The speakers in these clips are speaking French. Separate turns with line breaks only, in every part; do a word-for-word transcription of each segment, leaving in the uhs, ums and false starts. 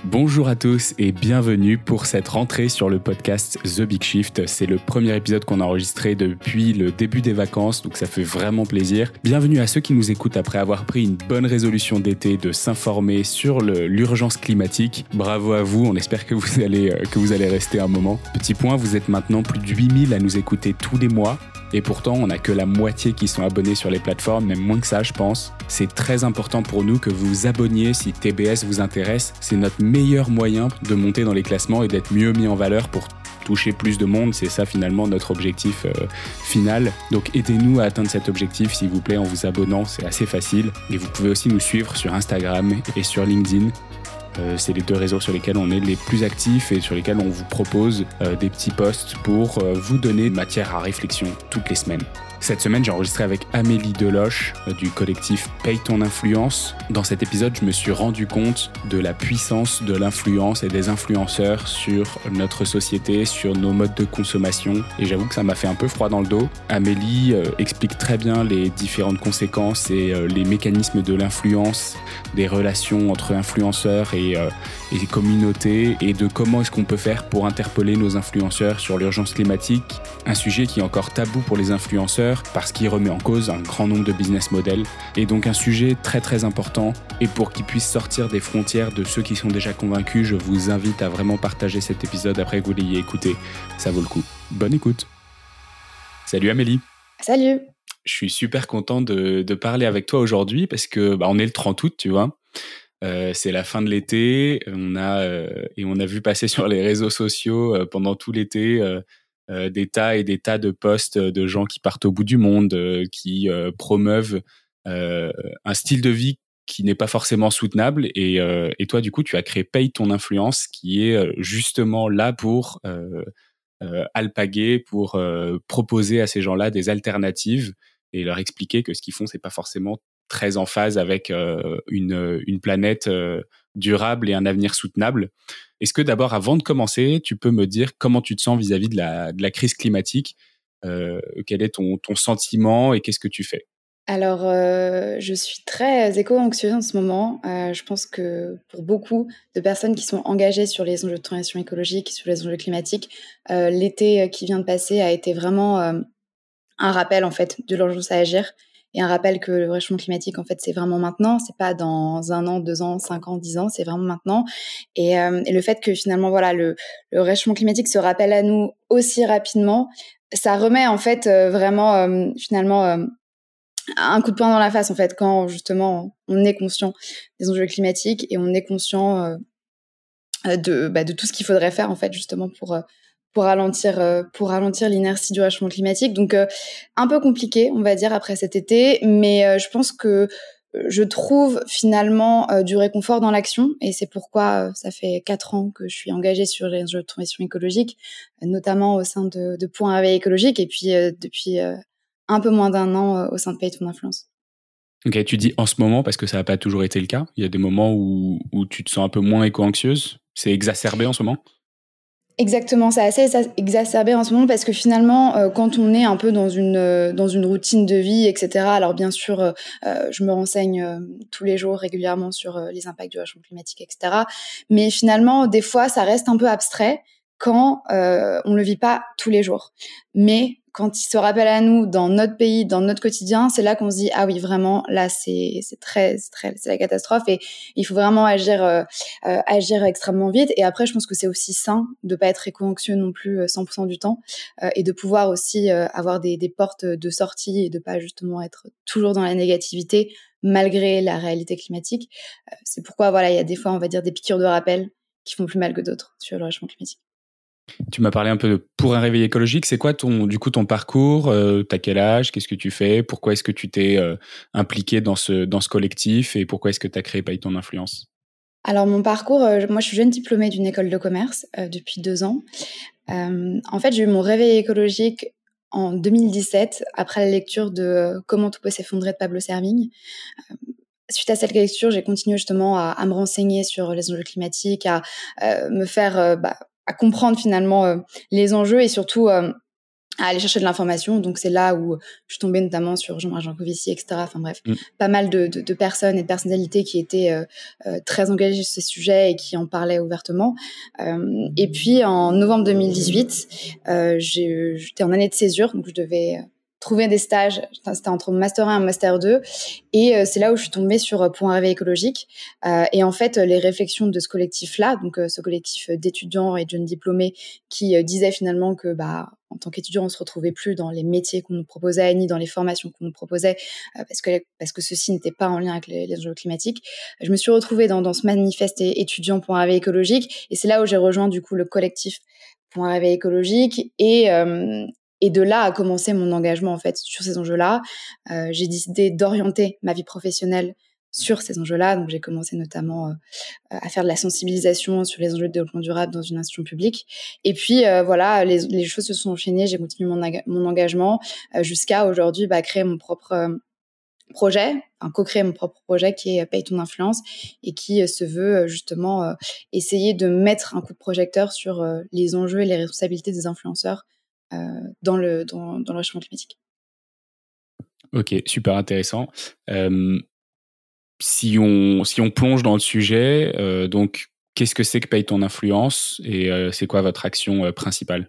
Bonjour à tous et bienvenue pour cette rentrée sur le podcast The Big Shift. C'est le premier épisode qu'on a enregistré depuis le début des vacances, donc ça fait vraiment plaisir. Bienvenue à ceux qui nous écoutent après avoir pris une bonne résolution d'été de s'informer sur le, l'urgence climatique. Bravo à vous, on espère que vous allez, euh, que vous allez rester un moment. Petit point, vous êtes maintenant plus de huit mille à nous écouter tous les mois. Et pourtant, on n'a que la moitié qui sont abonnés sur les plateformes, même moins que ça, je pense. C'est très important pour nous que vous vous abonniez si T B S vous intéresse. C'est notre meilleur moyen de monter dans les classements et d'être mieux mis en valeur pour toucher plus de monde. C'est ça, finalement, notre objectif euh, final. Donc, aidez-nous à atteindre cet objectif, s'il vous plaît, en vous abonnant. C'est assez facile. Et vous pouvez aussi nous suivre sur Instagram et sur LinkedIn. Euh, c'est les deux réseaux sur lesquels on est les plus actifs et sur lesquels on vous propose euh, des petits posts pour euh, vous donner matière à réflexion toutes les semaines. Cette semaine, j'ai enregistré avec Amélie Deloche euh, du collectif Paye ton influence. Dans cet épisode, je me suis rendu compte de la puissance de l'influence et des influenceurs sur notre société, sur nos modes de consommation. Et j'avoue que ça m'a fait un peu froid dans le dos. Amélie euh, explique très bien les différentes conséquences et euh, les mécanismes de l'influence, des relations entre influenceurs et, euh, et communautés, et de comment est-ce qu'on peut faire pour interpeller nos influenceurs sur l'urgence climatique. Un sujet qui est encore tabou pour les influenceurs, parce qu'il remet en cause un grand nombre de business models, et donc un sujet très très important. Et pour qu'il puisse sortir des frontières de ceux qui sont déjà convaincus, je vous invite à vraiment partager cet épisode après que vous l'ayez écouté. Ça vaut le coup. Bonne écoute. Salut Amélie.
Salut.
Je suis super content de, de parler avec toi aujourd'hui parce que bah, on est le trente août, tu vois. Euh, c'est la fin de l'été. On a euh, et on a vu passer sur les réseaux sociaux euh, pendant tout l'été. Euh, Euh, des tas et des tas de posts de gens qui partent au bout du monde, euh, qui euh, promeuvent euh, un style de vie qui n'est pas forcément soutenable. Et, euh, et toi, du coup, tu as créé Paye ton influence, qui est euh, justement là pour euh, euh, alpaguer, pour euh, proposer à ces gens-là des alternatives et leur expliquer que ce qu'ils font, c'est pas forcément très en phase avec euh, une, une planète euh, durable et un avenir soutenable. Est-ce que d'abord, avant de commencer, tu peux me dire comment tu te sens vis-à-vis de la, de la crise climatique, euh, quel est ton, ton sentiment et qu'est-ce que tu fais?
Alors, euh, je suis très éco-anxieuse en ce moment. Euh, je pense que pour beaucoup de personnes qui sont engagées sur les enjeux de transition écologique, sur les enjeux climatiques, euh, l'été qui vient de passer a été vraiment euh, un rappel en fait de l'urgence à agir et un rappel que le réchauffement climatique en fait c'est vraiment maintenant, c'est pas dans un an, deux ans, cinq ans, dix ans, c'est vraiment maintenant. Et, euh, et le fait que finalement voilà le, le réchauffement climatique se rappelle à nous aussi rapidement, ça remet en fait euh, vraiment euh, finalement euh, un coup de poing dans la face en fait quand justement on est conscient des enjeux climatiques et on est conscient euh, de bah, de tout ce qu'il faudrait faire en fait justement pour euh, pour ralentir euh, pour ralentir l'inertie du réchauffement climatique. Donc euh, un peu compliqué on va dire après cet été, mais euh, je pense que je trouve finalement euh, du réconfort dans l'action et c'est pourquoi euh, ça fait quatre ans que je suis engagée sur les enjeux de transition écologique, euh, notamment au sein de, de Pour un réveil écologique et puis euh, depuis euh, un peu moins d'un an euh, au sein de Paye ton influence.
Ok, tu dis en ce moment parce que ça n'a pas toujours été le cas. Il y a des moments où, où tu te sens un peu moins éco-anxieuse. C'est exacerbé en ce moment?
Exactement, c'est assez exacerbé en ce moment parce que finalement, euh, quand on est un peu dans une euh, dans une routine de vie, et cetera. Alors bien sûr, euh, je me renseigne euh, tous les jours régulièrement sur euh, les impacts du réchauffement climatique, et cetera. Mais finalement, des fois, ça reste un peu abstrait quand euh, on le vit pas tous les jours. Mais quand il se rappelle à nous dans notre pays, dans notre quotidien, c'est là qu'on se dit ah oui vraiment là c'est c'est très c'est très c'est la catastrophe et il faut vraiment agir euh, euh, agir extrêmement vite. Et après je pense que c'est aussi sain de pas être éco-anxieux non plus euh, cent pour cent du temps euh, et de pouvoir aussi euh, avoir des des portes de sortie et de pas justement être toujours dans la négativité malgré la réalité climatique. Euh, c'est pourquoi voilà il y a des fois on va dire des piqûres de rappel qui font plus mal que d'autres sur le réchauffement climatique.
Tu m'as parlé un peu de Pour un réveil écologique. C'est quoi ton, du coup, ton parcours? Euh, t'as quel âge? Qu'est-ce que tu fais? Pourquoi est-ce que tu t'es euh, impliqué dans ce, dans ce collectif et pourquoi est-ce que tu as créé Paye ton influence?
Alors mon parcours, euh, moi je suis jeune diplômée d'une école de commerce euh, depuis deux ans. Euh, en fait j'ai eu mon réveil écologique en deux mille dix-sept après la lecture de euh, Comment tout peut s'effondrer de Pablo Servigne. Euh, suite à cette lecture, j'ai continué justement à, à me renseigner sur les enjeux climatiques, à euh, me faire, euh, bah, à comprendre finalement euh, les enjeux et surtout euh, à aller chercher de l'information. Donc, c'est là où je suis tombée notamment sur Jean-Marc Jancovici, et cetera. Enfin bref, mm. pas mal de, de, de personnes et de personnalités qui étaient euh, euh, très engagées sur ces sujets et qui en parlaient ouvertement. Euh, et puis, en novembre deux mille dix-huit, euh, j'ai, j'étais en année de césure, donc je devais trouver des stages. C'était entre Master un et Master deux. Et euh, c'est là où je suis tombée sur euh, Pour un réveil écologique. Euh, et en fait, les réflexions de ce collectif-là, donc euh, ce collectif d'étudiants et de jeunes diplômés qui euh, disaient finalement que, bah, en tant qu'étudiant, on se retrouvait plus dans les métiers qu'on nous proposait, ni dans les formations qu'on nous proposait, euh, parce que parce que ceci n'était pas en lien avec les, les enjeux climatiques. Je me suis retrouvée dans, dans ce manifeste étudiant pour un réveil écologique, et c'est là où j'ai rejoint du coup le collectif Pour un réveil écologique, et euh, et de là a commencé mon engagement en fait sur ces enjeux-là. Euh, j'ai décidé d'orienter ma vie professionnelle sur ces enjeux-là. Donc, j'ai commencé notamment euh, à faire de la sensibilisation sur les enjeux de développement durable dans une institution publique. Et puis, euh, voilà, les, les choses se sont enchaînées. J'ai continué mon, mon engagement euh, jusqu'à aujourd'hui bah, créer mon propre euh, projet, enfin, co-créer mon propre projet qui est Paye ton influence, et qui euh, se veut euh, justement euh, essayer de mettre un coup de projecteur sur euh, les enjeux et les responsabilités des influenceurs euh, dans, le, dans, dans le réchauffement climatique.
Ok, super intéressant. Euh, si, on, si on plonge dans le sujet, euh, donc qu'est-ce que c'est que Paye ton influence et euh, c'est quoi votre action euh, principale?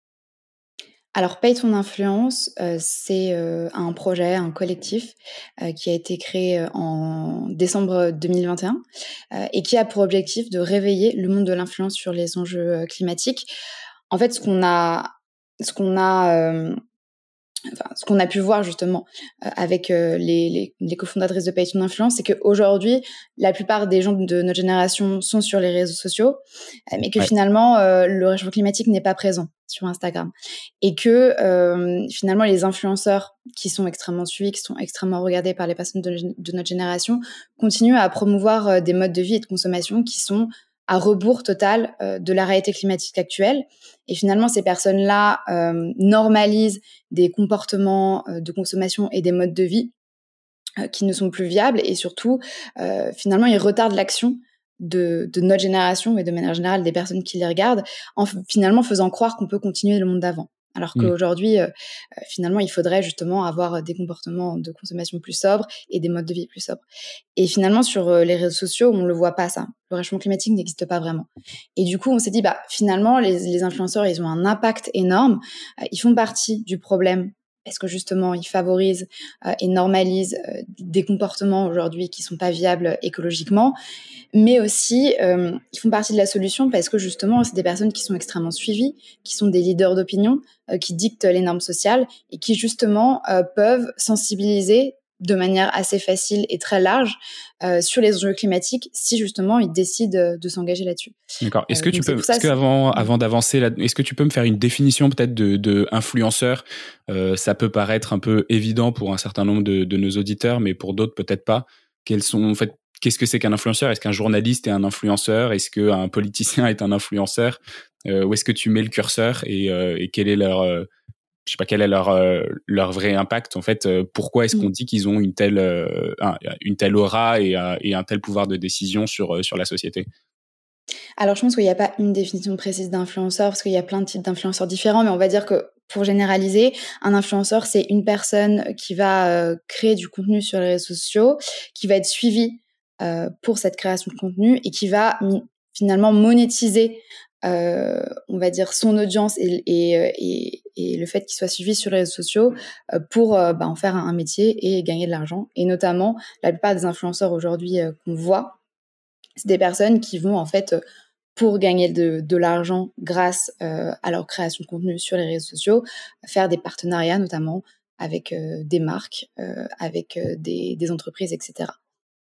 Alors, Paye ton influence, euh, c'est euh, un projet, un collectif euh, qui a été créé euh, en décembre deux mille vingt et un euh, et qui a pour objectif de réveiller le monde de l'influence sur les enjeux euh, climatiques. En fait, ce qu'on a, ce qu'on a euh, Enfin, ce qu'on a pu voir justement euh, avec euh, les, les, les cofondatrices de Paye ton influence, c'est qu'aujourd'hui, la plupart des gens de notre génération sont sur les réseaux sociaux, euh, mais que ouais. finalement, euh, le réchauffement climatique n'est pas présent sur Instagram. Et que euh, finalement, les influenceurs qui sont extrêmement suivis, qui sont extrêmement regardés par les personnes de, de notre génération, continuent à promouvoir euh, des modes de vie et de consommation qui sont à rebours total euh, de la réalité climatique actuelle. Et finalement, ces personnes-là euh, normalisent des comportements euh, de consommation et des modes de vie euh, qui ne sont plus viables, et surtout, euh, finalement, ils retardent l'action de, de notre génération et de manière générale des personnes qui les regardent, en finalement faisant croire qu'on peut continuer le monde d'avant. Alors qu'aujourd'hui, euh, finalement, il faudrait justement avoir des comportements de consommation plus sobres et des modes de vie plus sobres. Et finalement, sur euh, les réseaux sociaux, on ne le voit pas, ça. Le réchauffement climatique n'existe pas vraiment. Et du coup, on s'est dit, bah, finalement, les, les influenceurs, ils ont un impact énorme. Euh, ils font partie du problème parce que justement, ils favorisent euh, et normalisent euh, des comportements aujourd'hui qui ne sont pas viables écologiquement. Mais aussi, euh, ils font partie de la solution parce que justement, c'est des personnes qui sont extrêmement suivies, qui sont des leaders d'opinion, euh, qui dictent les normes sociales et qui justement euh, peuvent sensibiliser de manière assez facile et très large euh, sur les enjeux climatiques si justement ils décident de s'engager là-dessus.
D'accord. Est-ce que euh, tu peux, est-ce que avant, avant d'avancer là, est-ce que tu peux me faire une définition peut-être de, de influenceur? euh, Ça peut paraître un peu évident pour un certain nombre de, de nos auditeurs, mais pour d'autres peut-être pas. Quels sont en fait Qu'est-ce que c'est qu'un influenceur? Est-ce qu'un journaliste est un influenceur? Est-ce qu'un politicien est un influenceur? euh, Où est-ce que tu mets le curseur et, euh, et quel est leur, euh, je sais pas quel est leur euh, leur vrai impact en fait? euh, Pourquoi est-ce qu'on dit qu'ils ont une telle euh, une telle aura et, euh, et un tel pouvoir de décision sur euh, sur la société?
Alors, je pense qu'il n'y a pas une définition précise d'influenceur parce qu'il y a plein de types d'influenceurs différents, mais on va dire que pour généraliser, un influenceur, c'est une personne qui va euh, créer du contenu sur les réseaux sociaux, qui va être suivie euh, pour cette création de contenu et qui va mi- finalement monétiser, euh, on va dire, son audience et, et, et, et le fait qu'il soit suivi sur les réseaux sociaux euh, pour euh, bah, en faire un, un métier et gagner de l'argent. Et notamment, la plupart des influenceurs aujourd'hui euh, qu'on voit, c'est des personnes qui vont en fait, pour gagner de, de l'argent grâce euh, à leur création de contenu sur les réseaux sociaux, faire des partenariats notamment avec euh, des marques, euh, avec euh, des, des entreprises, et cetera.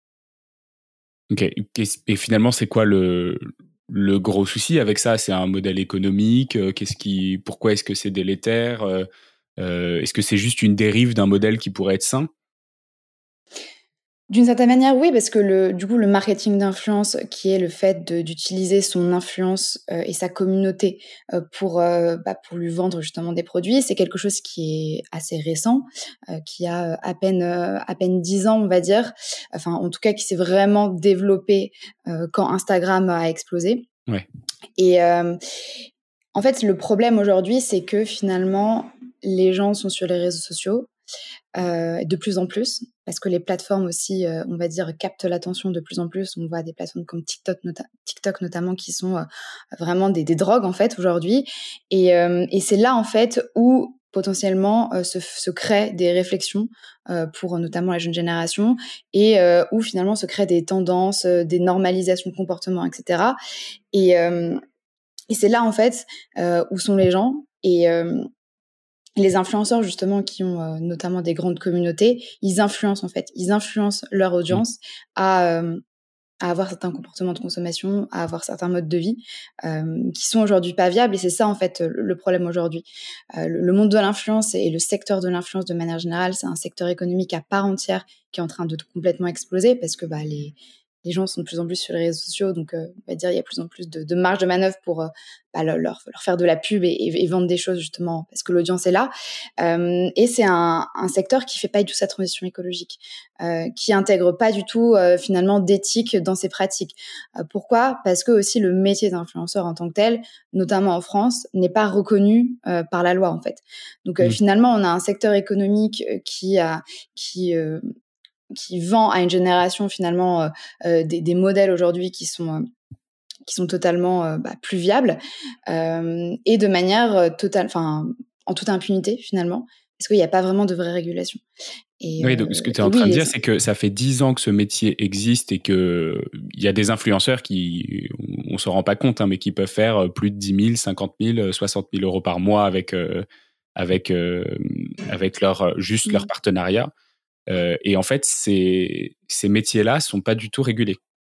Ok. Et finalement, c'est quoi le, le gros souci avec ça? C'est un modèle économique? Qu'est-ce qui, pourquoi est-ce que c'est délétère? euh, Est-ce que c'est juste une dérive d'un modèle qui pourrait être sain?
D'une certaine manière, oui, parce que le, du coup, le marketing d'influence, qui est le fait de, d'utiliser son influence euh, et sa communauté euh, pour, euh, bah, pour lui vendre justement des produits, c'est quelque chose qui est assez récent, euh, qui a à peine euh, à peine dix ans, on va dire. Enfin, en tout cas, qui s'est vraiment développé euh, quand Instagram a explosé.
Ouais.
Et euh, en fait, le problème aujourd'hui, c'est que finalement, les gens sont sur les réseaux sociaux, euh, de plus en plus, parce que les plateformes aussi, euh, on va dire, captent l'attention de plus en plus. On voit des plateformes comme TikTok, nota- TikTok notamment, qui sont euh, vraiment des, des drogues, en fait, aujourd'hui. Et, euh, et c'est là, en fait, où potentiellement euh, se, se créent des réflexions euh, pour notamment la jeune génération et euh, où finalement se créent des tendances, euh, des normalisations de comportement, et cetera. Et, euh, et c'est là, en fait, euh, où sont les gens. Et, euh, les influenceurs, justement, qui ont euh, notamment des grandes communautés, ils influencent, en fait. Ils influencent leur
Mmh.
audience à, euh, à avoir certains comportements de consommation, à avoir certains modes de vie euh, qui sont aujourd'hui pas viables. Et c'est ça, en fait, le, le problème aujourd'hui. Euh, le, le monde de l'influence et le secteur de l'influence de manière générale, c'est un secteur économique à part entière qui est en train de complètement exploser parce que bah, les, les gens sont de plus en plus sur les réseaux sociaux. Donc, euh, on va dire, il y a de plus en plus de, de marge de manœuvre pour euh, bah, leur, leur, leur faire de la pub et, et, et vendre des choses, justement, parce que l'audience est là. Euh, et c'est un, un secteur qui fait pas du tout sa transition écologique, euh, qui intègre pas du tout, euh, finalement, d'éthique dans ses pratiques. Euh, pourquoi ? Parce que aussi le métier d'influenceur en tant que tel, notamment en France, n'est pas reconnu euh, par la loi, en fait. Donc, euh,
Mmh.
finalement, on a un secteur économique euh, qui a... qui euh, qui vend à une génération finalement euh, euh, des, des modèles aujourd'hui qui sont euh, qui sont totalement euh, bah, plus viables euh, et de manière euh, totale, enfin en toute impunité finalement, parce qu'il n'y a pas vraiment de vraie régulation. Et,
Oui, donc ce
euh,
que tu es
et
en
oui,
train de
les...
dire, c'est que ça fait dix ans que ce métier existe et que il y a des influenceurs qui, on se rend pas compte, hein, mais qui peuvent faire plus de dix mille, cinquante mille, soixante mille euros par mois avec euh, avec euh, avec leur juste leur partenariat. Euh, et en fait, ces ces métiers-là sont pas du tout régulés.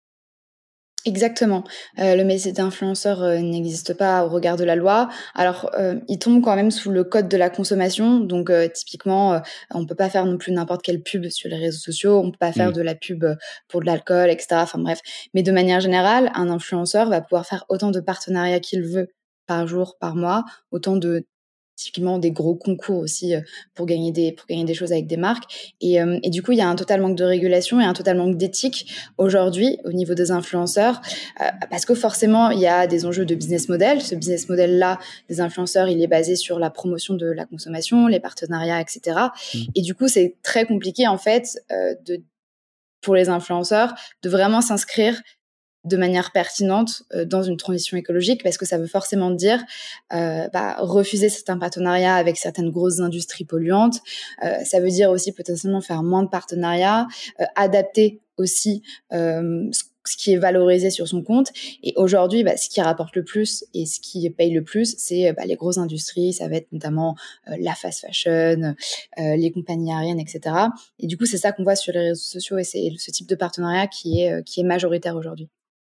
Exactement. Euh, le métier d'influenceur euh, n'existe pas au regard de la loi. Alors, euh, il tombe quand même sous le code de la consommation. Donc, euh, typiquement, euh, on peut pas faire non plus n'importe quelle pub sur les réseaux sociaux. On peut pas faire
Mmh.
de la pub pour de l'alcool, et cetera. Enfin bref. Mais de manière générale, un influenceur va pouvoir faire autant de partenariats qu'il veut par jour, par mois, autant de typiquement des gros concours aussi euh, pour gagner des pour gagner des choses avec des marques et, euh, et du coup il y a un total manque de régulation et un total manque d'éthique aujourd'hui au niveau des influenceurs euh, parce que forcément il y a des enjeux de business model. Ce business model là des influenceurs, il est basé sur la promotion de la consommation, les partenariats, etc.
Mmh.
Et du coup c'est très compliqué en fait euh, de pour les influenceurs de vraiment s'inscrire de manière pertinente euh, dans une transition écologique parce que ça veut forcément dire euh, bah, refuser certains partenariats avec certaines grosses industries polluantes. Euh, ça veut dire aussi potentiellement faire moins de partenariats, euh, adapter aussi euh, ce qui est valorisé sur son compte. Et aujourd'hui, bah, ce qui rapporte le plus et ce qui paye le plus, c'est bah, les grosses industries. Ça va être notamment euh, la fast fashion, euh, les compagnies aériennes, et cetera. Et du coup, c'est ça qu'on voit sur les réseaux sociaux et c'est ce type de partenariat qui est, euh, qui est majoritaire aujourd'hui.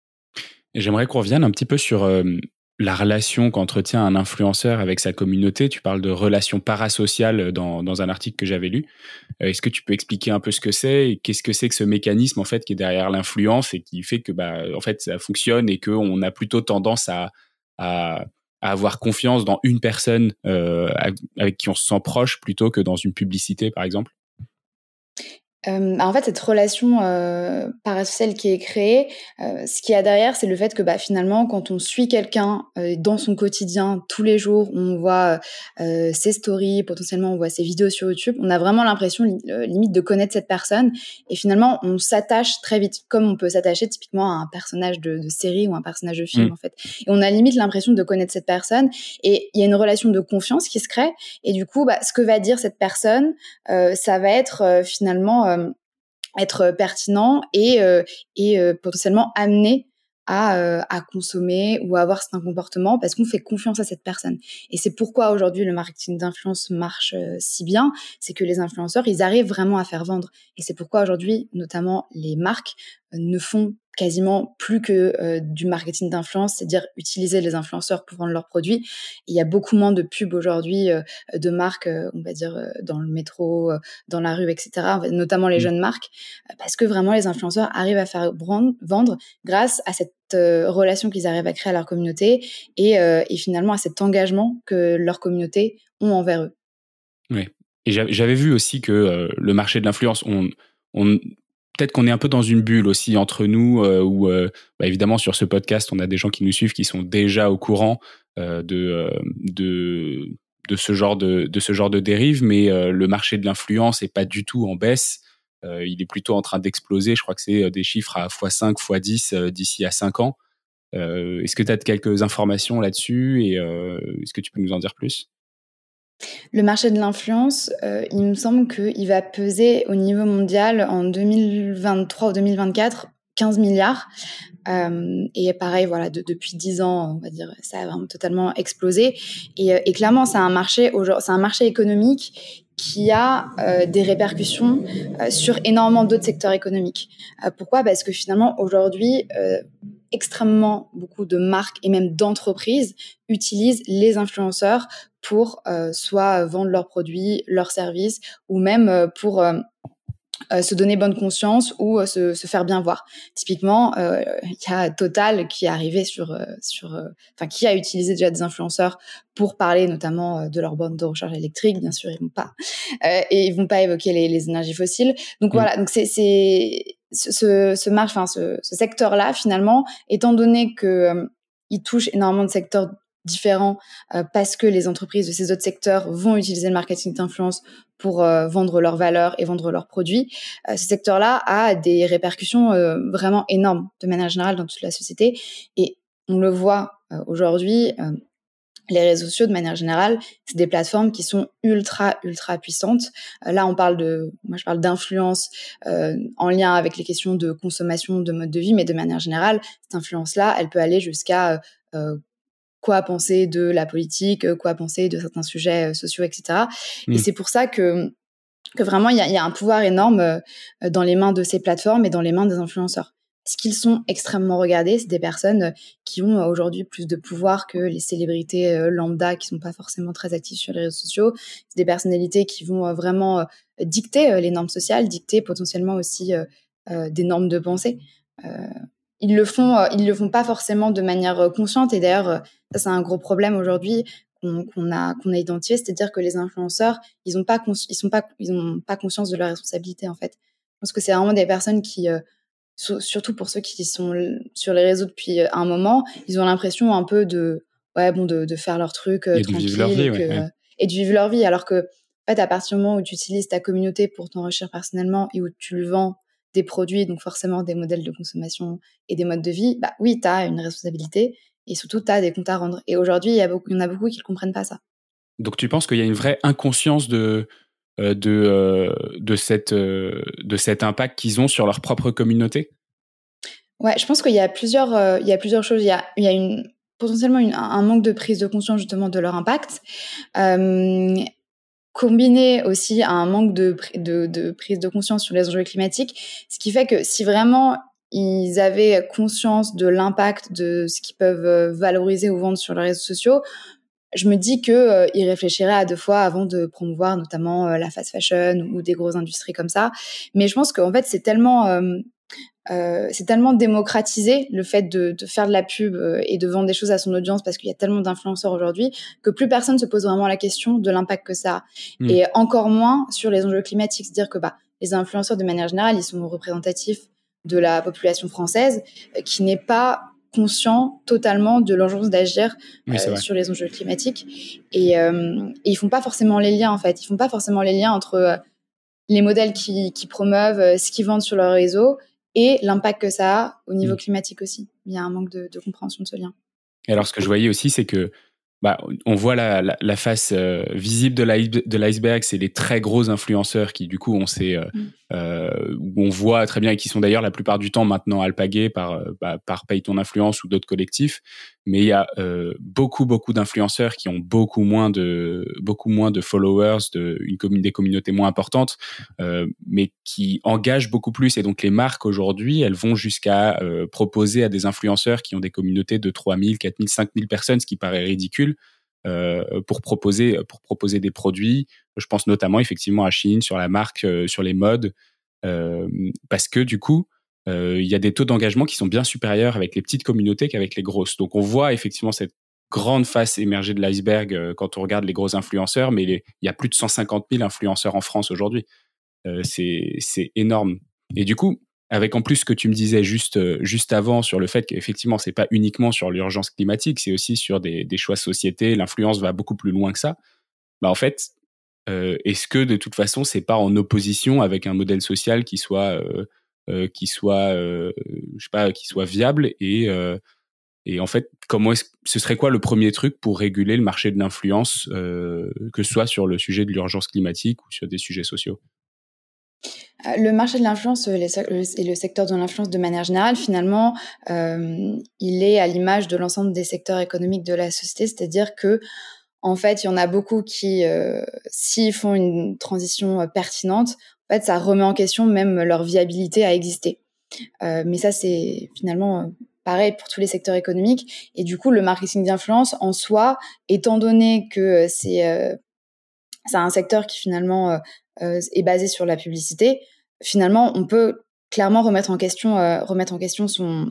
Et j'aimerais qu'on revienne un petit peu sur euh, la relation qu'entretient un influenceur avec sa communauté. Tu parles de relations parasociales dans, dans un article que j'avais lu. Euh, est-ce que tu peux expliquer un peu ce que c'est et qu'est-ce que c'est que ce mécanisme en fait qui est derrière l'influence et qui fait que bah en fait ça fonctionne et qu'on a plutôt tendance à, à, à avoir confiance dans une personne euh, avec qui on se sent proche plutôt que dans une publicité par exemple?
Euh, bah en fait, cette relation euh, parasociale qui est créée, euh, ce qu'il y a derrière, c'est le fait que bah, finalement, quand on suit quelqu'un euh, dans son quotidien, tous les jours, on voit euh, ses stories, potentiellement on voit ses vidéos sur YouTube, on a vraiment l'impression li- euh, limite de connaître cette personne et finalement, on s'attache très vite, comme on peut s'attacher typiquement à un personnage de, de série ou un personnage de film
Mmh.
en fait. Et on a limite l'impression de connaître cette personne et il y a une relation de confiance qui se crée et du coup, bah, ce que va dire cette personne, euh, ça va être euh, finalement... Euh, être pertinent et, euh, et euh, potentiellement amener à, euh, à consommer ou à avoir certains comportements parce qu'on fait confiance à cette personne. Et c'est pourquoi aujourd'hui le marketing d'influence marche euh, si bien, c'est que les influenceurs, ils arrivent vraiment à faire vendre. Et c'est pourquoi aujourd'hui, notamment les marques, euh, ne font quasiment plus que euh, du marketing d'influence, c'est-à-dire utiliser les influenceurs pour vendre leurs produits. Et il y a beaucoup moins de pubs aujourd'hui euh, de marques, euh, on va dire, euh, dans le métro, euh, dans la rue, et cetera, notamment les
Mmh.
jeunes marques, parce que vraiment les influenceurs arrivent à faire brand, vendre grâce à cette euh, relation qu'ils arrivent à créer à leur communauté et, euh, et finalement à cet engagement que leur communauté ont envers eux.
Oui. Et j'avais vu aussi que euh, le marché de l'influence, on, on, peut-être qu'on est un peu dans une bulle aussi entre nous, euh, où euh, bah évidemment sur ce podcast, on a des gens qui nous suivent qui sont déjà au courant euh, de, euh, de, de ce genre de, de ce genre de dérive, mais euh, le marché de l'influence est pas du tout en baisse. Euh, il est plutôt en train d'exploser. Je crois que c'est des chiffres à fois cinq, fois dix euh, d'ici à cinq ans. Euh, est-ce que tu as quelques informations là-dessus et euh, est-ce que tu peux nous en dire plus?
Le marché de l'influence, euh, il me semble qu'il va peser au niveau mondial en deux mille vingt-trois ou deux mille vingt-quatre quinze milliards. Euh, et pareil, voilà, de, depuis dix ans, on va dire, ça a vraiment totalement explosé. Et, euh, et clairement, c'est un marché, c'est un marché économique qui a euh, des répercussions euh, sur énormément d'autres secteurs économiques. Euh, pourquoi ? Parce que finalement, aujourd'hui, euh, extrêmement beaucoup de marques et même d'entreprises utilisent les influenceurs pour euh, soit vendre leurs produits, leurs services, ou même euh, pour euh, euh, se donner bonne conscience ou euh, se, se faire bien voir. Typiquement, il euh, y a Total qui est arrivé sur, euh, sur, enfin euh, qui a utilisé déjà des influenceurs pour parler notamment euh, de leur borne de recharge électrique. Bien sûr, ils vont pas euh, et ils vont pas évoquer les, les énergies fossiles. Donc mmh. voilà, donc c'est, c'est ce, ce marche, enfin ce, ce secteur-là finalement, étant donné que euh, il touche énormément de secteurs différents euh, parce que les entreprises de ces autres secteurs vont utiliser le marketing d'influence pour euh, vendre leurs valeurs et vendre leurs produits. Euh, ce secteur-là a des répercussions euh, vraiment énormes de manière générale dans toute la société et on le voit euh, aujourd'hui, euh, les réseaux sociaux de manière générale, c'est des plateformes qui sont ultra ultra puissantes. Euh, là, on parle de, moi je parle d'influence euh, en lien avec les questions de consommation, de mode de vie, mais de manière générale, cette influence-là, elle peut aller jusqu'à euh, quoi penser de la politique, quoi penser de certains sujets sociaux, et cetera. Mmh. Et c'est pour ça que, que vraiment, il y a, y a un pouvoir énorme dans les mains de ces plateformes et dans les mains des influenceurs. Parce qu'ils sont extrêmement regardés, c'est des personnes qui ont aujourd'hui plus de pouvoir que les célébrités lambda qui sont pas forcément très actives sur les réseaux sociaux. C'est des personnalités qui vont vraiment dicter les normes sociales, dicter potentiellement aussi des normes de pensée. Euh, Ils le font, euh, ils le font pas forcément de manière euh, consciente. Et d'ailleurs, euh, ça c'est un gros problème aujourd'hui qu'on, qu'on a qu'on a identifié, c'est-à-dire que les influenceurs, ils ont pas, cons- ils sont pas, ils ont pas conscience de leur responsabilité en fait. Je pense que c'est vraiment des personnes qui, euh, so- surtout pour ceux qui sont l- sur les réseaux depuis euh, un moment, ils ont l'impression un peu de, ouais bon, de, de faire leur truc euh,
et
tranquille
de vivre leur vie,
et, que,
ouais, ouais.
euh, et de vivre leur vie, alors que en fait, à partir du moment où tu utilises ta communauté pour t'enrichir personnellement et où tu le vends des produits, donc forcément des modèles de consommation et des modes de vie, bah oui, tu as une responsabilité et surtout, tu as des comptes à rendre. Et aujourd'hui, il y, a beaucoup, il y en a beaucoup qui ne comprennent pas ça.
Donc, tu penses qu'il y a une vraie inconscience de, euh, de, euh, de, cette, euh, de cet impact qu'ils ont sur leur propre communauté ?
Ouais, je pense qu'il y a plusieurs, euh, il y a plusieurs choses. Il y a, il y a une, potentiellement une, un manque de prise de conscience justement de leur impact. Euh, combiné aussi à un manque de, de, de prise de conscience sur les enjeux climatiques, ce qui fait que si vraiment ils avaient conscience de l'impact de ce qu'ils peuvent valoriser ou vendre sur les réseaux sociaux, je me dis qu'ils euh, réfléchiraient à deux fois avant de promouvoir notamment euh, la fast fashion ou des grosses industries comme ça. Mais je pense qu'en fait, c'est tellement... Euh, Euh, c'est tellement démocratisé le fait de, de faire de la pub euh, et de vendre des choses à son audience parce qu'il y a tellement d'influenceurs aujourd'hui que plus personne se pose vraiment la question de l'impact que ça a. Mmh. Et encore moins sur les enjeux climatiques. C'est-à-dire que bah, les influenceurs, de manière générale, ils sont représentatifs de la population française euh, qui n'est pas conscient totalement de l'urgence d'agir oui, euh, sur les enjeux climatiques. Et, euh, et ils font pas forcément les liens, en fait. Ils font pas forcément les liens entre euh, les modèles qui, qui promeuvent, euh, ce qu'ils vendent sur leur réseau et l'impact que ça a au niveau mmh. climatique aussi. Il y a un manque de, de compréhension de ce lien.
Et alors, ce que je voyais aussi, c'est que bah, on voit la, la, la face euh, visible de, l'ice, de l'iceberg, c'est les très gros influenceurs qui, du coup, on sait, euh, mmh. euh, on voit très bien et qui sont d'ailleurs la plupart du temps maintenant alpagués par, euh, bah, par Paye ton influence ou d'autres collectifs. Mais il y a euh, beaucoup, beaucoup d'influenceurs qui ont beaucoup moins de, beaucoup moins de followers, de, une commune, des communautés moins importantes, euh, mais qui engagent beaucoup plus. Et donc, les marques aujourd'hui, elles vont jusqu'à euh, proposer à des influenceurs qui ont des communautés de trois mille, quatre mille, cinq mille personnes, ce qui paraît ridicule. Euh, pour proposer pour proposer des produits. Je pense notamment effectivement à Shein, sur la marque, euh, sur les modes, euh, parce que du coup il euh, y a des taux d'engagement qui sont bien supérieurs avec les petites communautés qu'avec les grosses. Donc on voit effectivement cette grande face émerger de l'iceberg euh, quand on regarde les gros influenceurs, mais il y a plus de cent cinquante mille influenceurs en France aujourd'hui. Euh, c'est c'est énorme. Et du coup, avec en plus ce que tu me disais juste, euh, juste avant sur le fait qu'effectivement, c'est pas uniquement sur l'urgence climatique, c'est aussi sur des, des choix de société. L'influence va beaucoup plus loin que ça. bah en fait, euh, est-ce que de toute façon, c'est pas en opposition avec un modèle social qui soit, euh, euh, qui soit, euh, je sais pas, qui soit viable et euh, et en fait, comment est-ce, ce serait quoi le premier truc pour réguler le marché de l'influence, euh, que ce soit sur le sujet de l'urgence climatique ou sur des sujets sociaux?
Le marché de l'influence et le secteur de l'influence de manière générale, finalement, euh, il est à l'image de l'ensemble des secteurs économiques de la société, c'est-à-dire que, en fait, il y en a beaucoup qui, euh, s'ils font une transition pertinente, en fait, ça remet en question même leur viabilité à exister. Euh, mais ça, c'est finalement pareil pour tous les secteurs économiques. Et du coup, le marketing d'influence, en soi, étant donné que c'est, euh, c'est un secteur qui finalement euh, euh, est basé sur la publicité, finalement, on peut clairement remettre en question, euh, remettre en question son,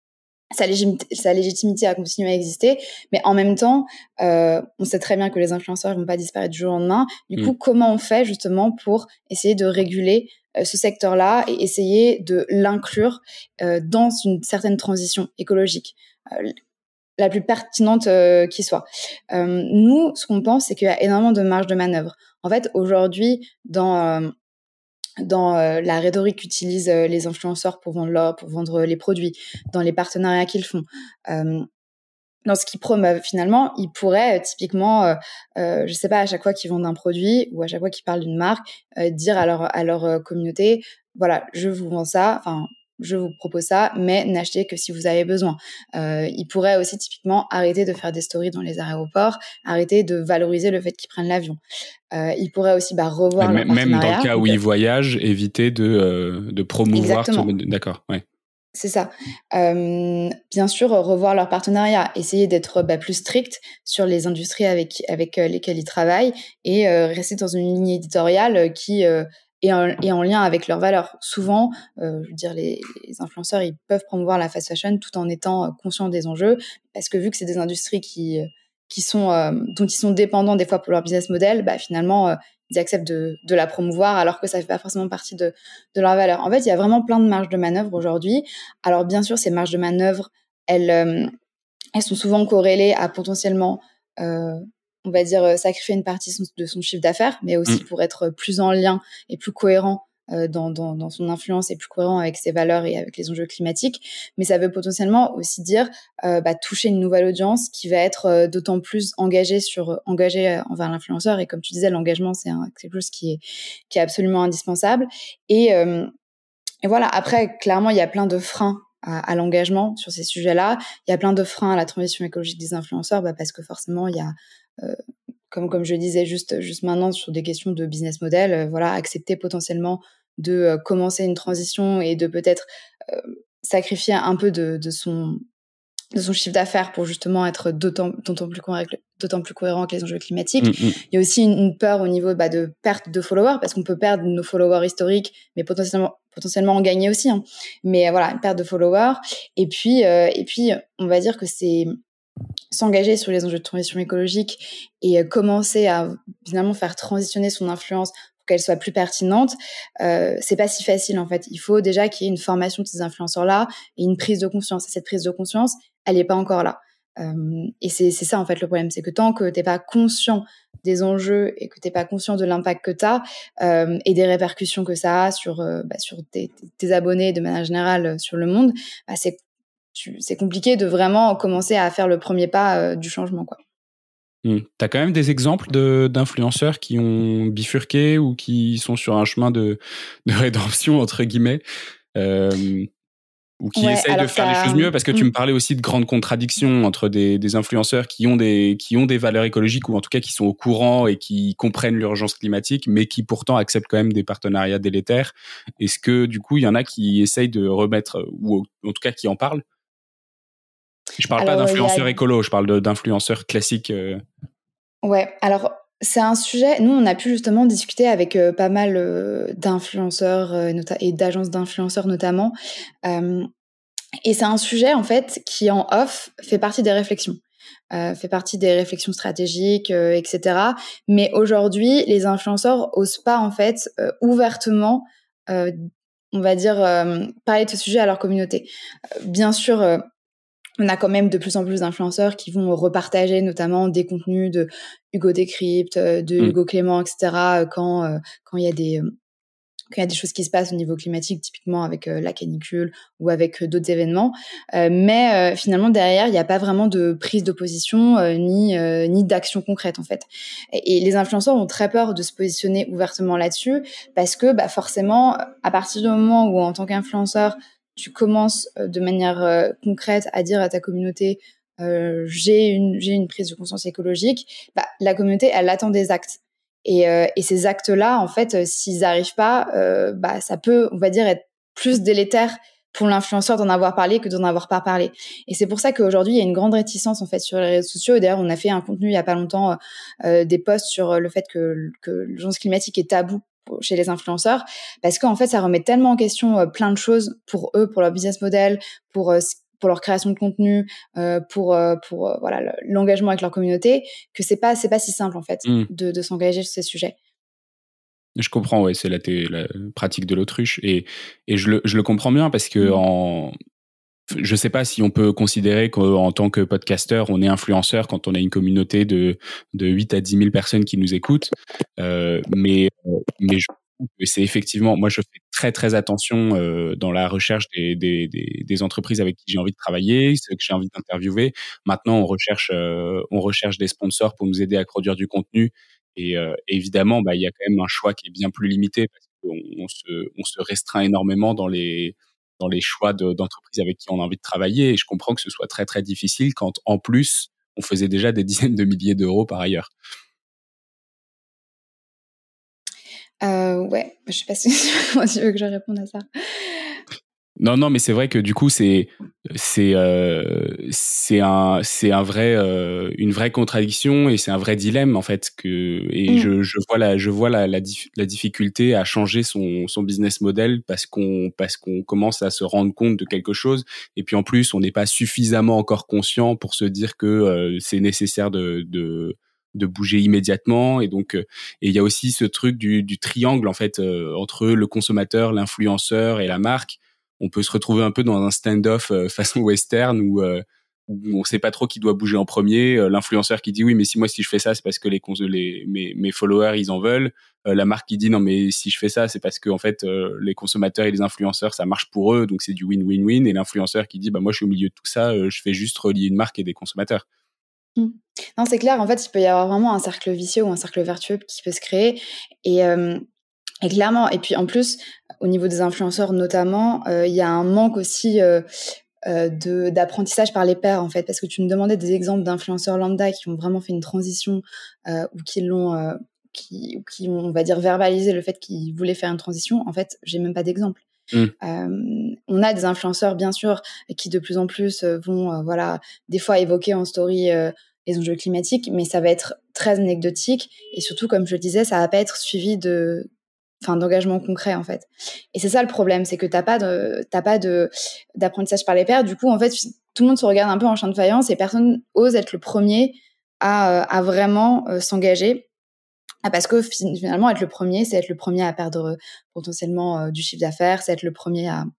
sa, légimité, sa légitimité à continuer à exister. Mais en même temps, euh, on sait très bien que les influenceurs ne vont pas disparaître du jour au lendemain. Du coup, mmh. comment on fait justement pour essayer de réguler euh, ce secteur-là et essayer de l'inclure euh, dans une certaine transition écologique euh, la plus pertinente euh, qui soit. Euh, nous, ce qu'on pense, c'est qu'il y a énormément de marge de manœuvre. En fait, aujourd'hui, dans... Euh, dans euh, la rhétorique qu'utilisent euh, les influenceurs pour vendre, leur, pour vendre les produits, dans les partenariats qu'ils font, euh, dans ce qu'ils promeuvent, finalement, ils pourraient euh, typiquement, euh, euh, je sais pas, à chaque fois qu'ils vendent un produit ou à chaque fois qu'ils parlent d'une marque, euh, dire à leur, à leur euh, communauté, voilà, je vous vends ça, enfin, je vous propose ça, mais n'achetez que si vous avez besoin. Euh, ils pourraient aussi typiquement arrêter de faire des stories dans les aéroports, arrêter de valoriser le fait qu'ils prennent l'avion. Euh, ils pourraient aussi bah, revoir leur partenariat.
Même dans le cas où
donc,
ils voyagent, éviter de, euh, de promouvoir...
Exactement.
Tout... D'accord, ouais.
C'est ça. Euh, bien sûr, revoir leur partenariat, essayer d'être bah, plus strict sur les industries avec, avec lesquelles ils travaillent et euh, rester dans une ligne éditoriale qui euh, est, en, est en lien avec leurs valeurs. Souvent, euh, je veux dire, les, les influenceurs, ils peuvent promouvoir la fast fashion tout en étant conscients des enjeux, parce que vu que c'est des industries qui, qui sont, euh, dont ils sont dépendants des fois pour leur business model, bah, finalement, euh, ils acceptent de, de la promouvoir alors que ça fait pas forcément partie de, de leurs valeurs. En fait, il y a vraiment plein de marges de manœuvre aujourd'hui. Alors, bien sûr, ces marges de manœuvre, elles, euh, elles sont souvent corrélées à potentiellement, euh, on va dire, sacrifier une partie de son chiffre d'affaires, mais aussi mmh. pour être plus en lien et plus cohérent euh, dans, dans, dans son influence et plus cohérent avec ses valeurs et avec les enjeux climatiques. Mais ça veut potentiellement aussi dire euh, bah, toucher une nouvelle audience qui va être euh, d'autant plus engagée, sur, engagée envers l'influenceur. Et comme tu disais, l'engagement, c'est un, quelque chose qui est, qui est absolument indispensable. Et, euh, et voilà, après, clairement, il y a plein de freins à, à l'engagement sur ces sujets-là. Il y a plein de freins à la transition écologique des influenceurs, bah, parce que forcément, il y a... Euh, Comme, comme je disais juste, juste maintenant sur des questions de business model, euh, voilà, accepter potentiellement de euh, commencer une transition et de peut-être euh, sacrifier un peu de, de, son, de son chiffre d'affaires pour justement être d'autant, d'autant, plus, d'autant plus cohérent avec les enjeux climatiques. Mmh, mmh. Il y a aussi une, une peur au niveau bah, de perte de followers, parce qu'on peut perdre nos followers historiques, mais potentiellement, potentiellement en gagner aussi. Hein. Mais voilà, une perte de followers. Et puis, euh, et puis, on va dire que c'est... s'engager sur les enjeux de transition écologique et commencer à finalement faire transitionner son influence pour qu'elle soit plus pertinente, euh, c'est pas si facile en fait. Il faut déjà qu'il y ait une formation de ces influenceurs-là et une prise de conscience. Et cette prise de conscience, elle n'est pas encore là. Euh, et c'est, c'est ça en fait le problème, c'est que tant que t'es pas conscient des enjeux et que t'es pas conscient de l'impact que t'as euh, et des répercussions que ça a sur, euh, bah, sur tes, tes abonnés de manière générale sur le monde, bah, c'est Tu, c'est compliqué de vraiment commencer à faire le premier pas euh, du changement, quoi.
Mmh. Tu as quand même des exemples de, d'influenceurs qui ont bifurqué ou qui sont sur un chemin de, de rédemption, entre guillemets, euh, ou qui ouais, essayent de faire les choses mieux, parce que mmh. tu me parlais aussi de grandes contradictions entre des, des influenceurs qui ont des, qui ont des valeurs écologiques, ou en tout cas qui sont au courant et qui comprennent l'urgence climatique, mais qui pourtant acceptent quand même des partenariats délétères. Est-ce que du coup, il y en a qui essayent de remettre, ou en tout cas qui en parlent? Je parle alors, pas d'influenceurs a... écolo, je parle de, d'influenceurs classiques. Euh...
Ouais, alors c'est un sujet, nous on a pu justement discuter avec euh, pas mal euh, d'influenceurs euh, nota- et d'agences d'influenceurs notamment, euh, et c'est un sujet en fait qui en off fait partie des réflexions. Euh, fait partie des réflexions stratégiques, euh, et cetera. Mais aujourd'hui, les influenceurs osent pas en fait euh, ouvertement, euh, on va dire, euh, parler de ce sujet à leur communauté. Euh, bien sûr, euh, on a quand même de plus en plus d'influenceurs qui vont repartager notamment des contenus de Hugo Décrypte, de
Mmh.
Hugo Clément, et cetera. Quand euh, quand il y a des quand il y a des choses qui se passent au niveau climatique, typiquement avec euh, la canicule ou avec euh, d'autres événements. Euh, mais euh, finalement, derrière, il n'y a pas vraiment de prise d'opposition euh, ni, euh, ni d'action concrète, en fait. Et, et les influenceurs ont très peur de se positionner ouvertement là-dessus parce que bah, forcément, à partir du moment où, en tant qu'influenceur, tu commences euh, de manière euh, concrète à dire à ta communauté euh, j'ai une, j'ai une prise de conscience écologique, bah, la communauté, elle attend des actes. Et, euh, et ces actes-là, en fait, euh, s'ils n'arrivent pas, euh, bah, ça peut, on va dire, être plus délétère pour l'influenceur d'en avoir parlé que d'en avoir pas parlé. Et c'est pour ça qu'aujourd'hui, il y a une grande réticence en fait sur les réseaux sociaux. Et d'ailleurs, on a fait un contenu il y a pas longtemps, euh, des posts sur le fait que, que l'urgence climatique est tabou chez les influenceurs, parce qu'en fait, ça remet tellement en question euh, plein de choses pour eux, pour leur business model, pour euh, pour leur création de contenu, euh, pour euh, pour euh, voilà l'engagement avec leur communauté, que c'est pas c'est pas si simple en fait
Mmh.
de, de s'engager sur ces sujets.
Je comprends, ouais, c'est la, la pratique de l'autruche et, et je, le, je le comprends bien parce que
Mmh.
en, je sais pas si on peut considérer qu'en tant que podcasteur, on est influenceur quand on a une communauté de, de huit à dix mille personnes qui nous écoutent, euh, mais, mais je trouve que c'est effectivement, moi je fais très très attention euh, dans la recherche des, des, des, des entreprises avec qui j'ai envie de travailler, ceux que j'ai envie d'interviewer. Maintenant, on recherche, euh, on recherche des sponsors pour nous aider à produire du contenu. Et euh, évidemment, bah, il y a quand même un choix qui est bien plus limité parce qu'on on se, on se restreint énormément dans les, dans les choix de, d'entreprises avec qui on a envie de travailler. Et je comprends que ce soit très, très difficile quand, en plus, on faisait déjà des dizaines de milliers d'euros par ailleurs.
Euh, ouais, je sais pas si comment tu veux que je réponde à ça.
Non, non, mais c'est vrai que du coup, c'est c'est euh, c'est un c'est un vrai euh, une vraie contradiction et c'est un vrai dilemme en fait que et
Mm.
je je vois la je vois la la, dif- la difficulté à changer son son business model parce qu'on parce qu'on commence à se rendre compte de quelque chose et puis en plus on n'est pas suffisamment encore conscient pour se dire que euh, c'est nécessaire de de de bouger immédiatement et donc euh, et il y a aussi ce truc du du triangle en fait euh, entre le consommateur, l'influenceur et la marque. On peut se retrouver un peu dans un stand-off euh, façon western où, euh, où on sait pas trop qui doit bouger en premier. Euh, l'influenceur qui dit oui, mais si moi si je fais ça, c'est parce que les, cons- les mes, mes followers ils en veulent. Euh, la marque qui dit non, mais si je fais ça, c'est parce que en fait euh, les consommateurs et les influenceurs ça marche pour eux, donc c'est du win-win-win. Et l'influenceur qui dit bah moi je suis au milieu de tout ça, euh, je fais juste relier une marque et des consommateurs.
Mm. Non, c'est clair. En fait, il peut y avoir vraiment un cercle vicieux ou un cercle vertueux qui peut se créer. Et euh, Et clairement, et puis en plus, au niveau des influenceurs notamment, il euh, y a un manque aussi euh, euh, de, d'apprentissage par les pairs, en fait, parce que tu me demandais des exemples d'influenceurs lambda qui ont vraiment fait une transition euh, ou qui l'ont, euh, qui, qui ont, on va dire, verbalisé le fait qu'ils voulaient faire une transition. En fait, j'ai même pas d'exemple.
Mm.
Euh, on a des influenceurs, bien sûr, qui de plus en plus euh, vont, euh, voilà, des fois évoquer en story euh, les enjeux climatiques, mais ça va être très anecdotique et surtout, comme je le disais, ça va pas être suivi de enfin d'engagement concret en fait. Et c'est ça le problème, c'est que t'as pas de t'as pas de d'apprentissage par les pairs. Du coup, en fait, tout le monde se regarde un peu en chien de faïence et personne ose être le premier à, à vraiment euh, s'engager. Ah, parce que finalement, être le premier, c'est être le premier à perdre potentiellement euh, du chiffre d'affaires, c'est être le premier à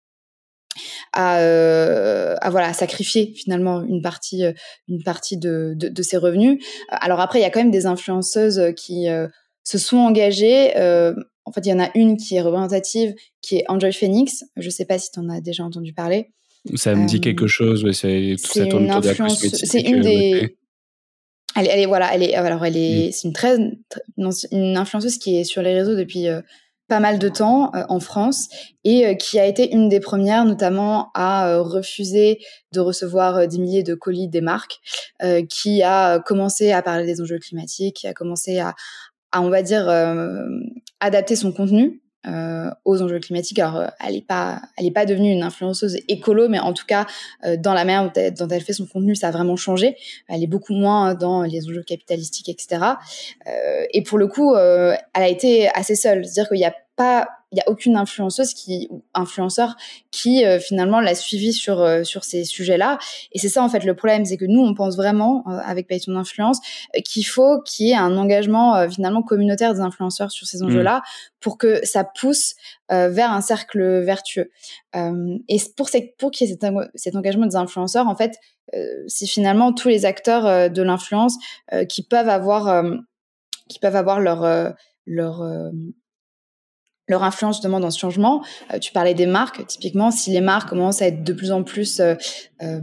à, euh, à voilà à sacrifier finalement une partie euh, une partie de, de de ses revenus. Alors après, il y a quand même des influenceuses qui euh, se sont engagées. Euh, en fait, il y en a une qui est représentative, qui est Enjoy Phoenix. Je sais pas si tu en as déjà entendu parler.
Ça me dit quelque
Euh,
chose, ouais, c'est tout
c'est
ça tourne
une
autour de la
influence, c'est
cosmétique.
une
Euh, ouais.
des elle, est- elle est voilà, elle est alors elle
Mm.
est c'est une très une, une influenceuse qui est sur les réseaux depuis euh, pas mal de temps euh, en France et euh, qui a été une des premières notamment à euh, refuser de recevoir euh, des milliers de colis des marques, euh, qui a commencé à parler des enjeux climatiques, qui a commencé à, à on va dire euh, adapter son contenu euh, aux enjeux climatiques. Alors, euh, elle n'est pas, elle est pas devenue une influenceuse écolo, mais en tout cas, euh, dans la manière dont elle, dont elle fait son contenu, ça a vraiment changé. Elle est beaucoup moins dans les enjeux capitalistiques, et cetera. Euh, et pour le coup, euh, elle a été assez seule. C'est-à-dire qu'il n'y a pas il y a aucune influenceuse qui ou influenceur qui euh, finalement l'a suivi sur euh, sur ces sujets-là. Et c'est ça en fait le problème, c'est que nous on pense vraiment euh, avec Paye ton influence euh, qu'il faut qu'il y ait un engagement euh, finalement communautaire des influenceurs sur ces enjeux-là mmh. pour que ça pousse euh, vers un cercle vertueux. Euh, et pour ces, pour qu'il y ait cet, cet engagement des influenceurs, en fait, euh, c'est finalement tous les acteurs euh, de l'influence euh, qui peuvent avoir euh, qui peuvent avoir leur euh, leur euh, leur influence justement dans ce changement. Euh, tu parlais des marques, typiquement, si les marques commencent à être de plus en plus euh, euh,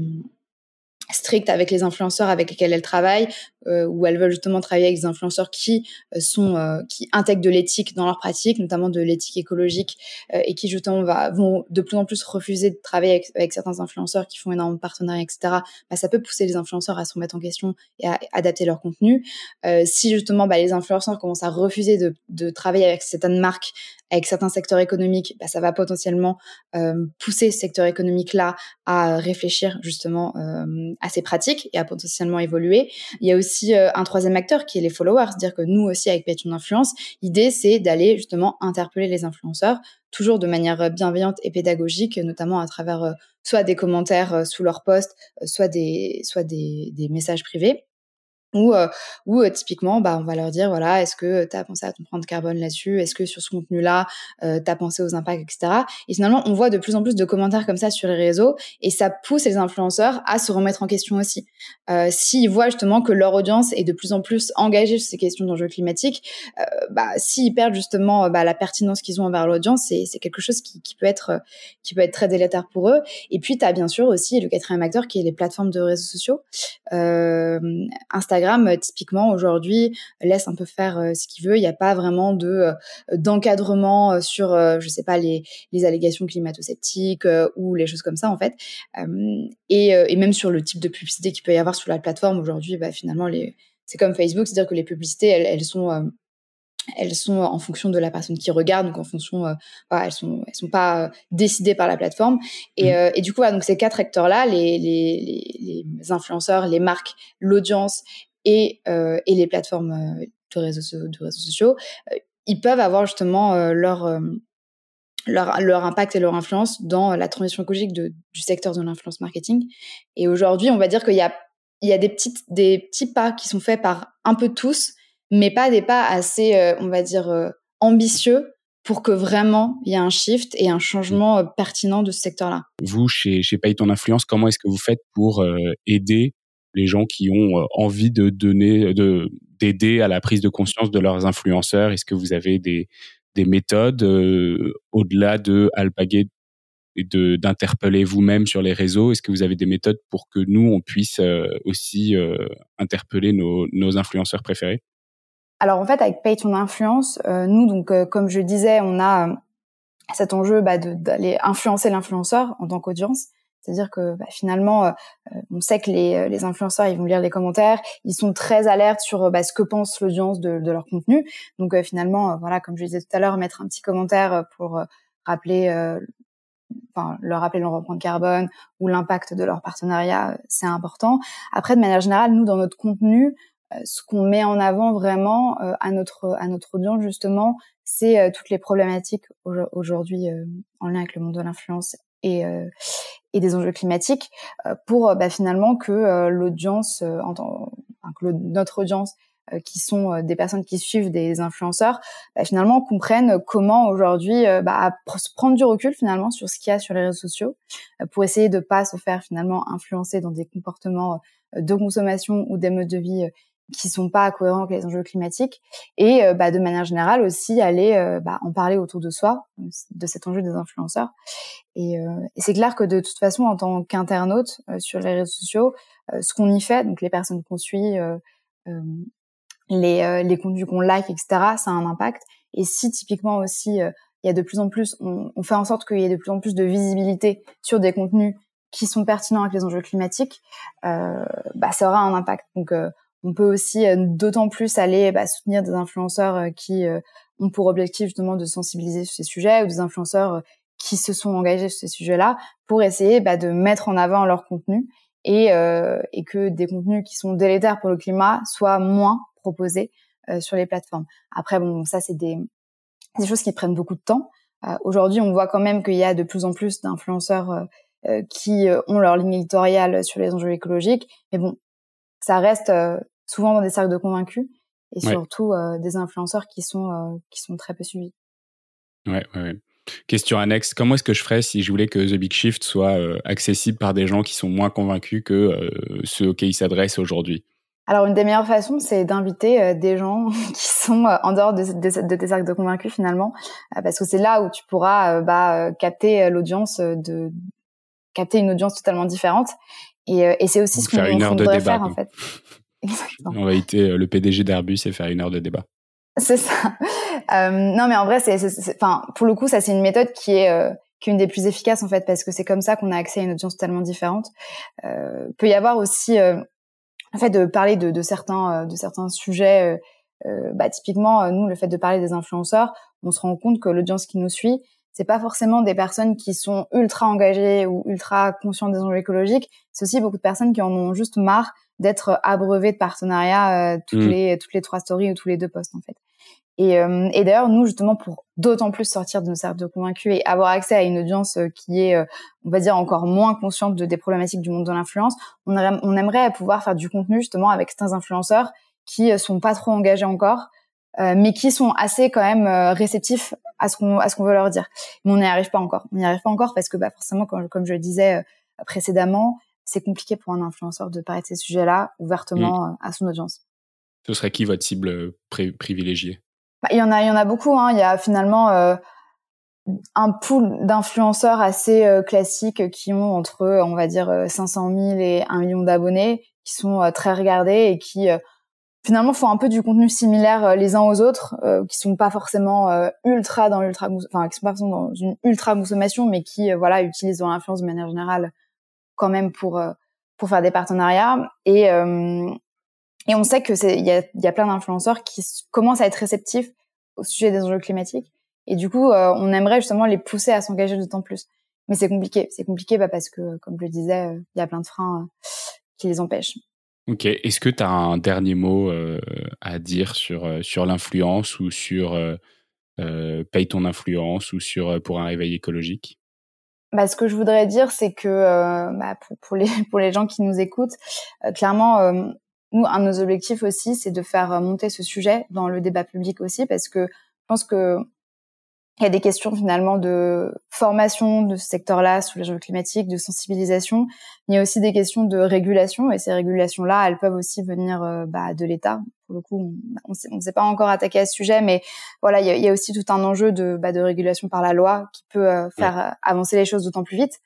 strictes avec les influenceurs avec lesquels elles travaillent, euh, où elles veulent justement travailler avec des influenceurs qui euh, sont euh, qui intègrent de l'éthique dans leurs pratiques, notamment de l'éthique écologique, euh, et qui justement va, vont de plus en plus refuser de travailler avec, avec certains influenceurs qui font énormément de partenariats, et cetera. Bah, ça peut pousser les influenceurs à se remettre en question et à adapter leur contenu. Euh, si justement bah, les influenceurs commencent à refuser de, de travailler avec certaines marques, avec certains secteurs économiques, bah, ça va potentiellement euh, pousser ce secteur économique-là à réfléchir justement euh, à ces pratiques et à potentiellement évoluer. Il y a aussi euh, un troisième acteur qui est les followers, c'est-à-dire que nous aussi avec Paye ton influence, l'idée c'est d'aller justement interpeller les influenceurs, toujours de manière bienveillante et pédagogique, notamment à travers euh, soit des commentaires euh, sous leurs posts, euh, soit des soit des, des messages privés. Ou euh, ou euh, typiquement bah on va leur dire voilà, est-ce que tu as pensé à ton empreinte carbone là-dessus, est-ce que sur ce contenu là euh, tu as pensé aux impacts, etc. Et finalement on voit de plus en plus de commentaires comme ça sur les réseaux et ça pousse les influenceurs à se remettre en question aussi. Euh, s'ils voient justement que leur audience est de plus en plus engagée sur ces questions d'enjeux climatiques, euh, bah s'ils perdent justement bah, la pertinence qu'ils ont envers l'audience, c'est c'est quelque chose qui, qui peut être qui peut être très délétère pour eux. Et puis tu as bien sûr aussi le quatrième acteur qui est les plateformes de réseaux sociaux. euh, Instagram typiquement aujourd'hui laisse un peu faire euh, ce qu'il veut. Il n'y a pas vraiment de euh, d'encadrement euh, sur, euh, je sais pas, les les allégations climato-sceptiques euh, ou les choses comme ça en fait. Euh, et, euh, et même sur le type de publicité qu'il peut y avoir sur la plateforme aujourd'hui, bah finalement les c'est comme Facebook, c'est-à-dire que les publicités elles, elles sont euh, elles sont en fonction de la personne qui regarde, donc en fonction, euh, voilà, elles sont, elles sont pas euh, décidées par la plateforme. Et, euh, et du coup, voilà, donc ces quatre acteurs-là, les, les, les, les influenceurs, les marques, l'audience et, euh, et les plateformes euh, de réseaux, de réseaux sociaux, euh, ils peuvent avoir justement euh, leur, euh, leur, leur impact et leur influence dans la transition écologique de, du secteur de l'influence marketing. Et aujourd'hui, on va dire qu'il y a, il y a des, petites, des petits pas qui sont faits par un peu tous, mais pas des pas assez, euh, on va dire, euh, ambitieux pour que vraiment il y ait un shift et un changement euh, pertinent de ce secteur-là.
Vous, chez, chez Paye ton influence, comment est-ce que vous faites pour euh, aider les gens qui ont euh, envie de donner, de, d'aider à la prise de conscience de leurs influenceurs? Est-ce que vous avez des, des méthodes euh, au-delà de alpaguer et de, d'interpeller vous-même sur les réseaux? Est-ce que vous avez des méthodes pour que nous, on puisse euh, aussi euh, interpeller nos, nos influenceurs préférés?
Alors en fait, avec Paye ton influence, euh, nous, donc euh, comme je disais, on a euh, cet enjeu bah, de, d'aller influencer l'influenceur en tant qu'audience. C'est-à-dire que bah, finalement, euh, on sait que les, les influenceurs, ils vont lire les commentaires, ils sont très alertes sur bah, ce que pense l'audience de, de leur contenu. Donc euh, finalement, euh, voilà, comme je disais tout à l'heure, mettre un petit commentaire pour euh, rappeler, euh, enfin leur rappeler leur empreinte carbone ou l'impact de leur partenariat, c'est important. Après, de manière générale, nous dans notre contenu, euh, ce qu'on met en avant vraiment euh, à notre à notre audience justement, c'est euh, toutes les problématiques aujourd'hui euh, en lien avec le monde de l'influence et euh, et des enjeux climatiques euh, pour bah, finalement que euh, l'audience, euh, en tant, enfin, que le, notre audience, euh, qui sont euh, des personnes qui suivent des influenceurs, bah, finalement comprennent comment aujourd'hui euh, bah, pr- prendre du recul finalement sur ce qu'il y a sur les réseaux sociaux euh, pour essayer de pas se faire finalement influencer dans des comportements euh, de consommation ou des modes de vie euh, qui sont pas cohérents avec les enjeux climatiques et euh, bah, de manière générale aussi aller euh, bah, en parler autour de soi de cet enjeu des influenceurs. Et, euh, et c'est clair que de toute façon, en tant qu'internaute euh, sur les réseaux sociaux, euh, ce qu'on y fait, donc les personnes qu'on suit, euh, euh, les, euh, les contenus qu'on like, et cetera, ça a un impact. Et si typiquement aussi, euh, il y a de plus en plus, on, on fait en sorte qu'il y ait de plus en plus de visibilité sur des contenus qui sont pertinents avec les enjeux climatiques, euh, bah, ça aura un impact. Donc, euh, on peut aussi euh, d'autant plus aller bah, soutenir des influenceurs euh, qui euh, ont pour objectif justement de sensibiliser sur ces sujets ou des influenceurs euh, qui se sont engagés sur ces sujets-là pour essayer bah, de mettre en avant leur contenu et, euh, et que des contenus qui sont délétères pour le climat soient moins proposés euh, sur les plateformes. Après, bon, ça, c'est des, des choses qui prennent beaucoup de temps. Euh, aujourd'hui, on voit quand même qu'il y a de plus en plus d'influenceurs euh, euh, qui euh, ont leur ligne éditoriale sur les enjeux écologiques. Mais bon, ça reste euh, souvent dans des cercles de convaincus et ouais. surtout euh, des influenceurs qui sont, euh, qui sont très peu suivis.
Ouais, ouais, ouais. Question annexe, comment est-ce que je ferais si je voulais que The Big Shift soit euh, accessible par des gens qui sont moins convaincus que euh, ceux auxquels il s'adresse aujourd'hui?
Alors, une des meilleures façons, c'est d'inviter euh, des gens qui sont euh, en dehors de, de, de tes cercles de convaincus, finalement, euh, parce que c'est là où tu pourras euh, bah, capter l'audience, de capter une audience totalement différente. Et, euh, et c'est aussi
Donc
ce qu'on,
faire une
on,
heure
qu'on
de
devrait
débat,
faire,
quoi.
en fait. Exactement.
On va inviter le P D G d'Airbus et faire une heure de débat.
C'est ça. Euh, non, mais en vrai, c'est, c'est, c'est, enfin, pour le coup, ça, c'est une méthode qui est, euh, qui est une des plus efficaces, en fait, parce que c'est comme ça qu'on a accès à une audience totalement différente. Euh, peut y avoir aussi, euh, le fait de parler de, de certains, de certains sujets, euh, bah, typiquement, nous, le fait de parler des influenceurs, on se rend compte que l'audience qui nous suit, c'est pas forcément des personnes qui sont ultra engagées ou ultra conscientes des enjeux écologiques. C'est aussi beaucoup de personnes qui en ont juste marre d'être abreuvées de partenariats euh, toutes mmh. les toutes les trois stories ou tous les deux posts, en fait. Et, euh, et d'ailleurs, nous, justement, pour d'autant plus sortir de nos cercles de convaincus et avoir accès à une audience qui est, euh, on va dire, encore moins consciente de, des problématiques du monde de l'influence, on, a, on aimerait pouvoir faire du contenu, justement, avec certains influenceurs qui euh, sont pas trop engagés encore, euh, mais qui sont assez, quand même, euh, réceptifs à ce qu'on, à ce qu'on veut leur dire. Mais on n'y arrive pas encore. On n'y arrive pas encore parce que, bah, forcément, comme, comme je le disais euh, précédemment, c'est compliqué pour un influenceur de parler de ces sujets-là ouvertement mmh. euh, à son audience.
Ce serait qui votre cible pré- privilégiée?
Bah, il y en a, il y en a beaucoup, hein. Il y a finalement euh, un pool d'influenceurs assez euh, classiques qui ont entre, on va dire, cinq cent mille et un million d'abonnés, qui sont euh, très regardés et qui euh, finalement font un peu du contenu similaire euh, les uns aux autres, euh, qui sont pas forcément euh, ultra dans l'ultra, enfin qui sont pas forcément dans une ultra consommation, mais qui euh, voilà utilisent dans l'influence de manière générale quand même pour euh, pour faire des partenariats. Et euh, Et on sait que c'est, il y a, il y a plein d'influenceurs qui commencent à être réceptifs au sujet des enjeux climatiques. Et du coup, euh, on aimerait justement les pousser à s'engager d'autant plus. Mais c'est compliqué. C'est compliqué bah, parce que, comme je le disais, euh, il y a plein de freins euh, qui les empêchent.
Ok. Est-ce que tu as un dernier mot euh, à dire sur, euh, sur l'influence ou sur euh, euh, paye ton influence ou sur euh, pour un réveil écologique?
Bah, ce que je voudrais dire, c'est que euh, bah, pour, pour, les, pour les gens qui nous écoutent, euh, clairement... Euh, Nous, un de nos objectifs aussi, c'est de faire monter ce sujet dans le débat public aussi, parce que je pense que il y a des questions finalement de formation de ce secteur-là sur les enjeux climatiques, de sensibilisation. Il y a aussi des questions de régulation, et ces régulations-là, elles peuvent aussi venir euh, bah, de l'État. Pour le coup, on ne s'est pas encore attaqué à ce sujet, mais voilà, il y a, il y a aussi tout un enjeu de, bah, de régulation par la loi qui peut euh, faire ouais. avancer les choses d'autant plus vite.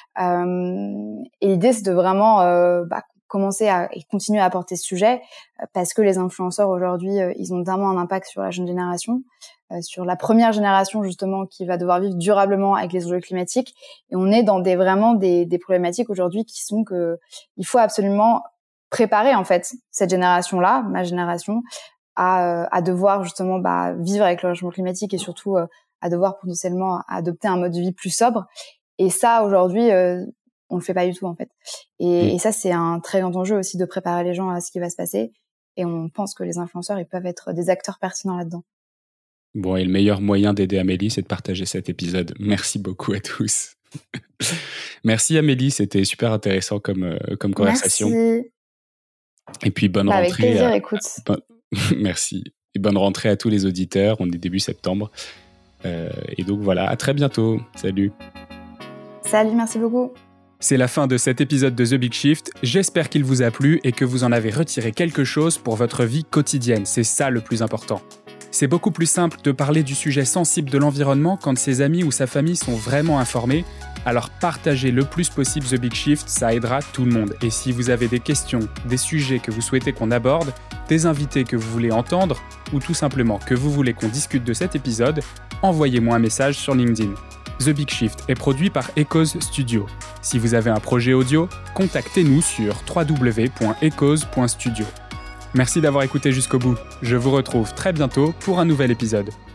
Euh, et l'idée, c'est de vraiment euh, bah, commencer à et continuer à apporter ce sujet parce que les influenceurs aujourd'hui, euh, ils ont vraiment un impact sur la jeune génération, euh, sur la première génération justement qui va devoir vivre durablement avec les enjeux climatiques. Et on est dans des vraiment des, des problématiques aujourd'hui qui sont que il faut absolument préparer en fait cette génération-là, ma génération, à, à devoir justement bah, vivre avec le changement climatique et surtout euh, à devoir potentiellement adopter un mode de vie plus sobre. Et ça aujourd'hui, euh, on le fait pas du tout en fait. Et, mmh. et ça c'est un très grand enjeu aussi de préparer les gens à ce qui va se passer. Et on pense que les influenceurs ils peuvent être des acteurs pertinents là-dedans.
Bon, et le meilleur moyen d'aider Amélie, c'est de partager cet épisode. Merci beaucoup à tous. Merci Amélie, c'était super intéressant comme euh, comme conversation.
Merci.
Et puis bonne
bah,
rentrée.
Avec plaisir,
à...
écoute.
Bon... Merci. Et bonne rentrée à tous les auditeurs. On est début septembre. Euh, et donc voilà, à très bientôt. Salut.
Salut, merci beaucoup.
C'est la fin de cet épisode de The Big Shift. J'espère qu'il vous a plu et que vous en avez retiré quelque chose pour votre vie quotidienne. C'est ça le plus important. C'est beaucoup plus simple de parler du sujet sensible de l'environnement quand ses amis ou sa famille sont vraiment informés. Alors partagez le plus possible The Big Shift, ça aidera tout le monde. Et si vous avez des questions, des sujets que vous souhaitez qu'on aborde, des invités que vous voulez entendre, ou tout simplement que vous voulez qu'on discute de cet épisode, envoyez-moi un message sur LinkedIn. The Big Shift est produit par Echoes Studio. Si vous avez un projet audio, contactez-nous sur w w w point echoes point studio. Merci d'avoir écouté jusqu'au bout. Je vous retrouve très bientôt pour un nouvel épisode.